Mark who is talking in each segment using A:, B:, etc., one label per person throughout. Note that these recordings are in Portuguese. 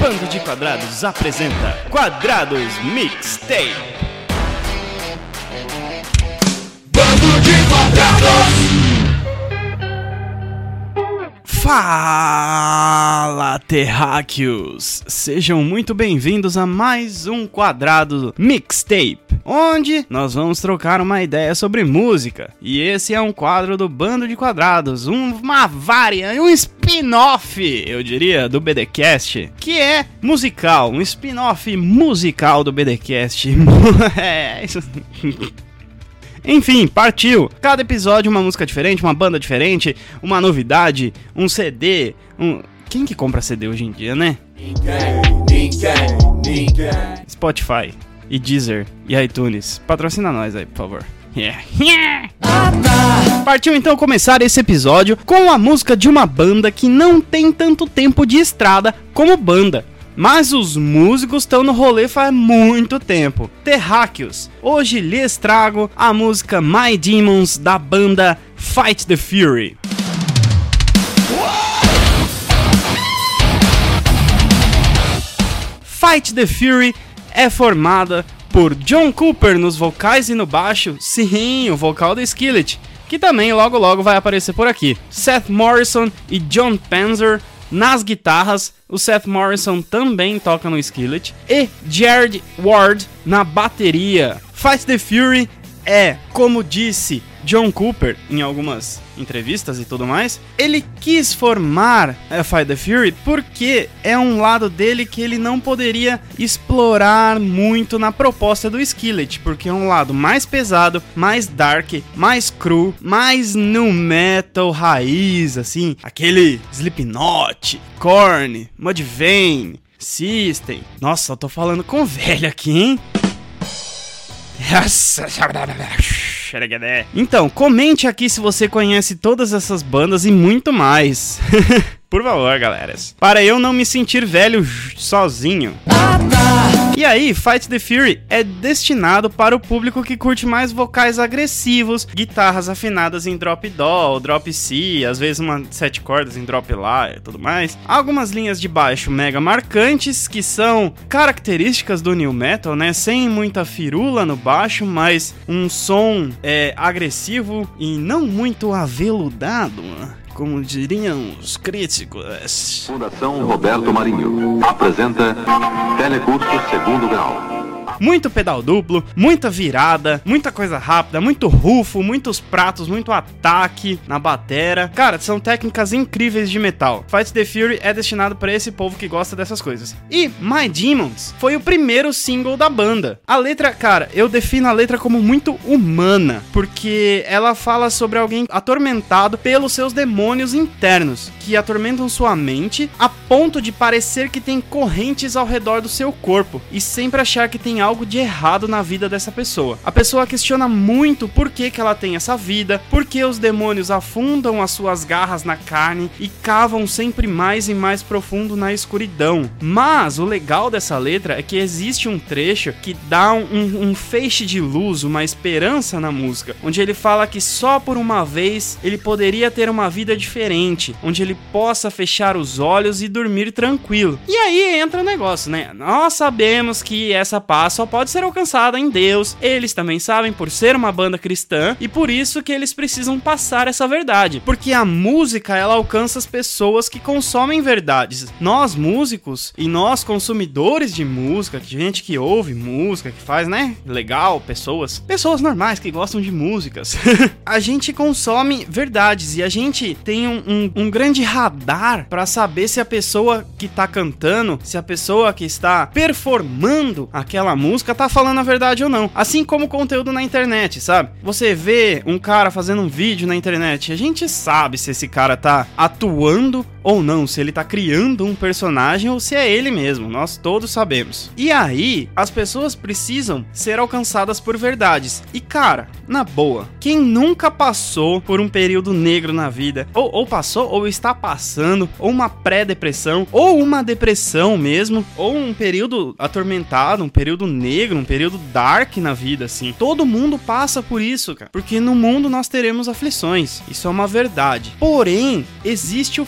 A: Bando de Quadrados apresenta Quadrados Mixtape. Bando de Quadrados! Fala, terráqueos! Sejam muito bem-vindos a mais um Quadrado Mixtape, onde nós vamos trocar uma ideia sobre música. E esse é um quadro do Bando de Quadrados, uma variante, um spin-off, eu diria, do BDcast, que é musical, um spin-off musical do BDcast. É isso. Enfim, partiu! Cada episódio uma música diferente, uma banda diferente, uma novidade, um CD, Quem que compra CD hoje em dia, né? Ninguém. Spotify e Deezer e iTunes. Patrocina nós aí, por favor. Partiu então começar esse episódio com a música de uma banda que não tem tanto tempo de estrada como banda, mas os músicos estão no rolê faz muito tempo. Terráqueos, hoje lhes trago a música My Demons da banda Fight the Fury. Fight the Fury é formada por John Cooper nos vocais e no baixo, sim, o vocal do Skillet, que também logo logo vai aparecer por aqui. Seth Morrison e John Panzer nas guitarras, o Seth Morrison também toca no Skillet, e Jared Ward na bateria. Fight the Fury é, como disse John Cooper em algumas entrevistas e tudo mais, ele quis formar Fight the Fury porque é um lado dele que ele não poderia explorar muito na proposta do Skillet, porque é um lado mais pesado, mais dark, mais cru, mais nu metal raiz, assim, aquele Slipknot, Korn, Mudvayne, System. Nossa, eu tô falando com velho aqui, hein? Então, comente aqui se você conhece todas essas bandas e muito mais. Por favor, galera, para eu não me sentir velho sozinho. E aí, Fight the Fury é destinado para o público que curte mais vocais agressivos, guitarras afinadas em drop dó ou drop si, às vezes uma 7 cordas em drop lá e tudo mais. Algumas linhas de baixo mega marcantes, que são características do new metal, né? Sem muita firula no baixo, mas um som agressivo e não muito aveludado, como diriam os críticos.
B: Fundação Roberto Marinho apresenta Telecurso Segundo Grau.
A: Muito pedal duplo, muita virada, muita coisa rápida, muito rufo, muitos pratos, muito ataque na batera. Cara, são técnicas incríveis de metal. Fight the Fury é destinado para esse povo que gosta dessas coisas. E My Demons foi o primeiro single da banda. A letra, cara, eu defino a letra como muito humana, porque ela fala sobre alguém atormentado pelos seus demônios internos, que atormentam sua mente a ponto de parecer que tem correntes ao redor do seu corpo e sempre achar que tem algo de errado na vida dessa pessoa. A pessoa questiona muito por que ela tem essa vida, por que os demônios afundam as suas garras na carne e cavam sempre mais e mais profundo na escuridão. Mas o legal dessa letra é que existe um trecho que dá um feixe de luz, uma esperança na música, onde ele fala que só por uma vez ele poderia ter uma vida diferente, onde ele possa fechar os olhos e dormir tranquilo. E aí entra o negócio, né? Nós sabemos que essa paz só pode ser alcançada em Deus. Eles também sabem, por ser uma banda cristã, e por isso que eles precisam passar essa verdade, porque a música, ela alcança as pessoas que consomem verdades. Nós músicos e nós consumidores de música, gente que ouve música, que faz, né, legal, pessoas normais que gostam de músicas, a gente consome verdades e a gente tem um grande radar pra saber se a pessoa que tá cantando, se a pessoa que está performando aquela música tá falando a verdade ou não. Assim como o conteúdo na internet, sabe? Você vê um cara fazendo um vídeo na internet, a gente sabe se esse cara tá atuando ou não, se ele tá criando um personagem ou se é ele mesmo, nós todos sabemos. E aí, as pessoas precisam ser alcançadas por verdades. E cara, na boa, quem nunca passou por um período negro na vida, ou passou, ou está passando, ou uma pré-depressão, ou uma depressão mesmo, ou um período atormentado, um período negro, um período dark na vida, assim. Todo mundo passa por isso, cara, porque no mundo nós teremos aflições, isso é uma verdade. Porém, existe o feixe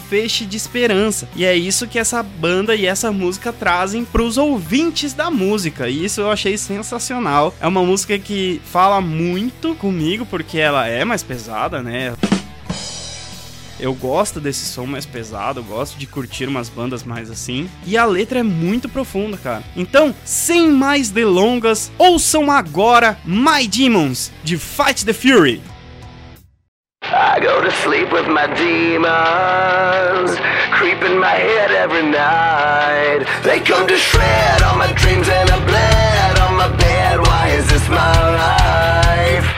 A: de esperança. E é isso que essa banda e essa música trazem pros ouvintes da música. E isso eu achei sensacional. É uma música que fala muito comigo, porque ela é mais pesada, né? Eu gosto desse som mais pesado, eu gosto de curtir umas bandas mais assim. E a letra é muito profunda, cara. Então, sem mais delongas, ouçam agora My Demons, de Fight the Fury.
C: I go to sleep with my demons creep in my head every night. They come to shred all my dreams and I bled on my bed. Why is this my life?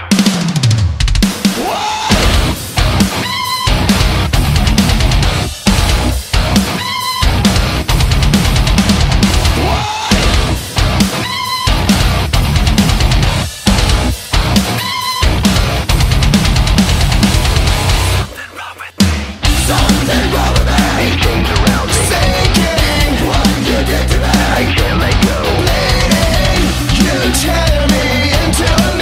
C: I can't let go. Bleeding, you tear me into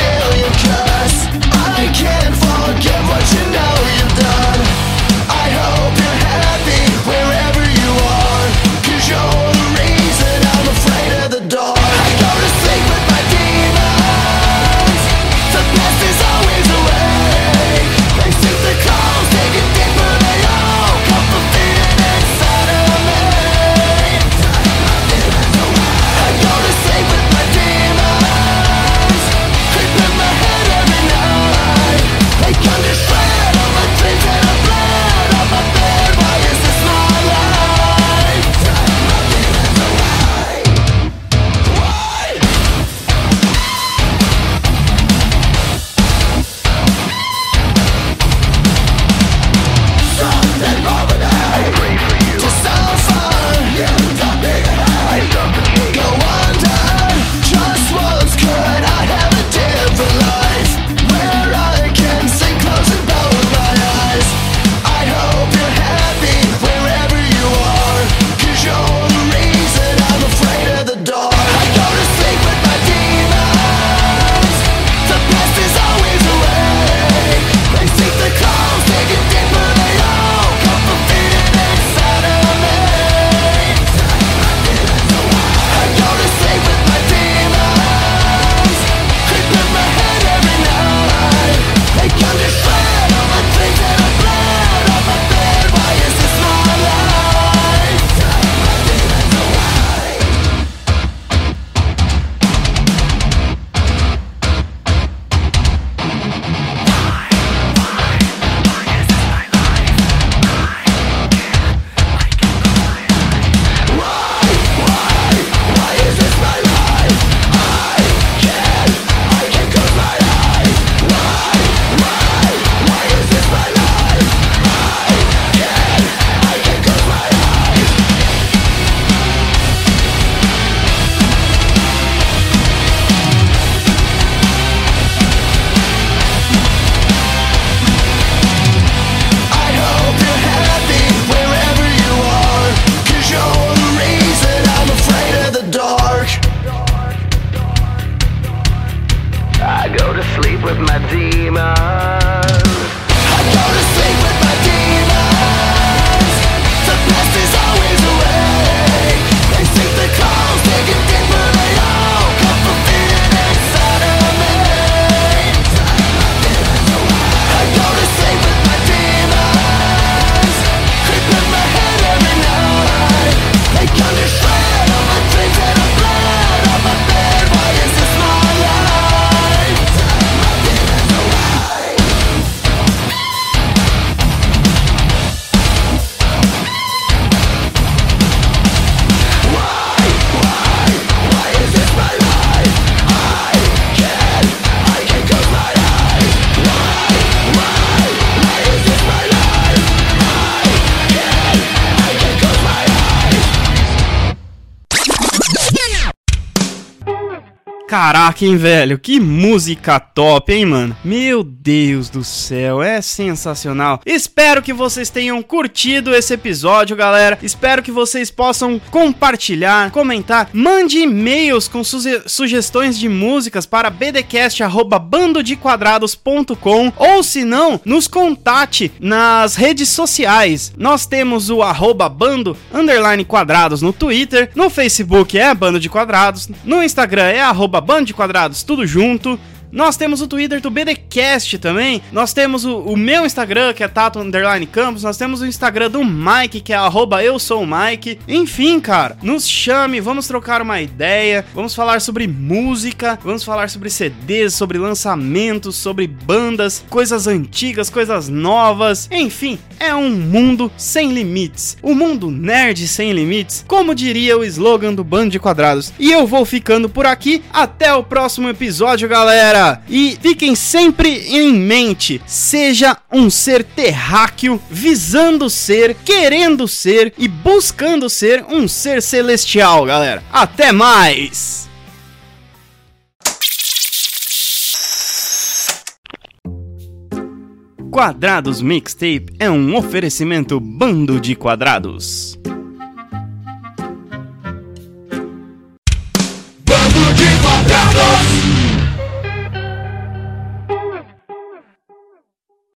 A: Caraca, hein, velho? Que música top, hein, mano? Meu Deus do céu, é sensacional. Espero que vocês tenham curtido esse episódio, galera. Espero que vocês possam compartilhar, comentar. Mande e-mails com sugestões de músicas para bdcast@bandodequadrados.com ou, se não, nos contate nas redes sociais. Nós temos o @bando_quadrados no Twitter, no Facebook é Bando de Quadrados, no Instagram é @Bando de Quadrados, tudo junto. Nós temos o Twitter do BDcast também. Nós temos o meu Instagram, que é Tato_Campos. Nós temos o Instagram do Mike, que é @EuSouMike. Enfim, cara, nos chame, vamos trocar uma ideia. Vamos falar sobre música, vamos falar sobre CDs, sobre lançamentos, sobre bandas, coisas antigas, coisas novas. Enfim, é um mundo sem limites. O mundo nerd sem limites, como diria o slogan do Bando de Quadrados. E eu vou ficando por aqui. Até o próximo episódio, galera. E fiquem sempre em mente, seja um ser terráqueo, visando ser, querendo ser e buscando ser um ser celestial, galera. Até mais! Quadrados Mixtape é um oferecimento Bando de Quadrados.
D: Bando de Quadrados!